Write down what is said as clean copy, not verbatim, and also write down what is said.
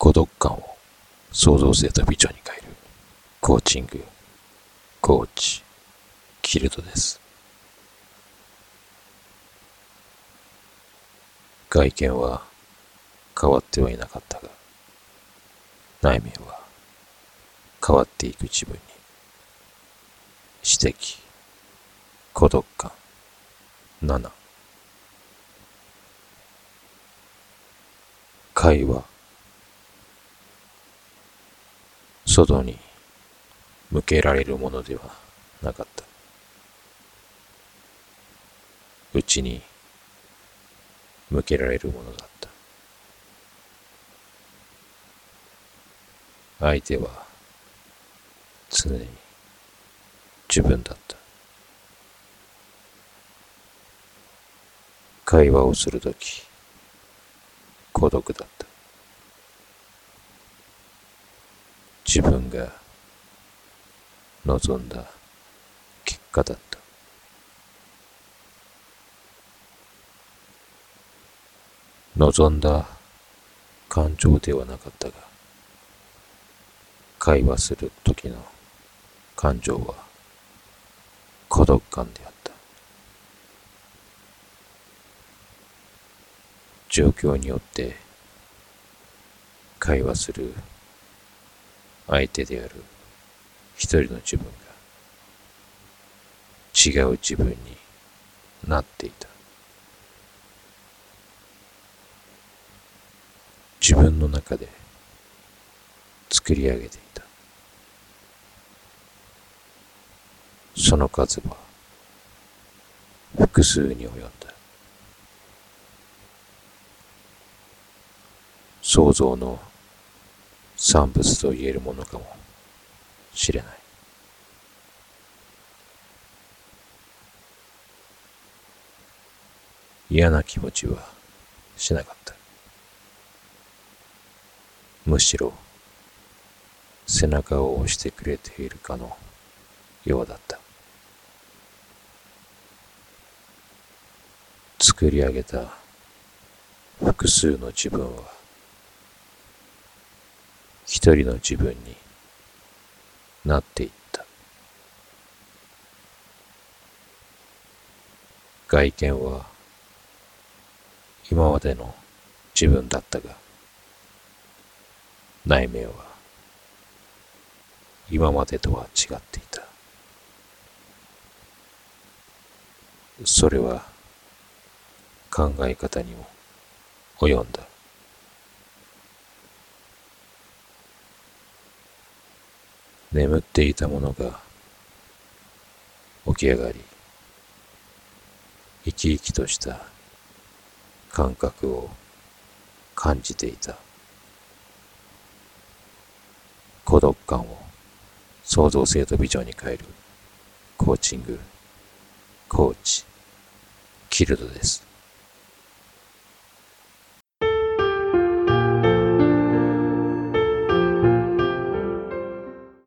孤独感を創造性と美調に変えるコーチング、コーチ、キルトです。外見は変わってはいなかったが、内面は変わっていく自分に、指摘、孤独感、7、会話、外に向けられるものではなかった。内に向けられるものだった。相手は常に自分だった。会話をするとき、孤独だった。自分が望んだ結果だった。望んだ感情ではなかったが、会話するときの感情は孤独感であった。状況によって会話する相手である一人の自分が違う自分になっていた。自分の中で作り上げていた。その数は複数に及んだ。創造の産物と言えるものかもしれない。嫌な気持ちはしなかった。むしろ背中を押してくれているかのようだった。作り上げた複数の自分は一人の自分になっていった。外見は今までの自分だったが、内面は今までとは違っていた。それは考え方にも及んだ。眠っていたものが起き上がり、生き生きとした感覚を感じていた。孤独感を創造性とビジョンに変えるコーチング、コーチ、キルドです。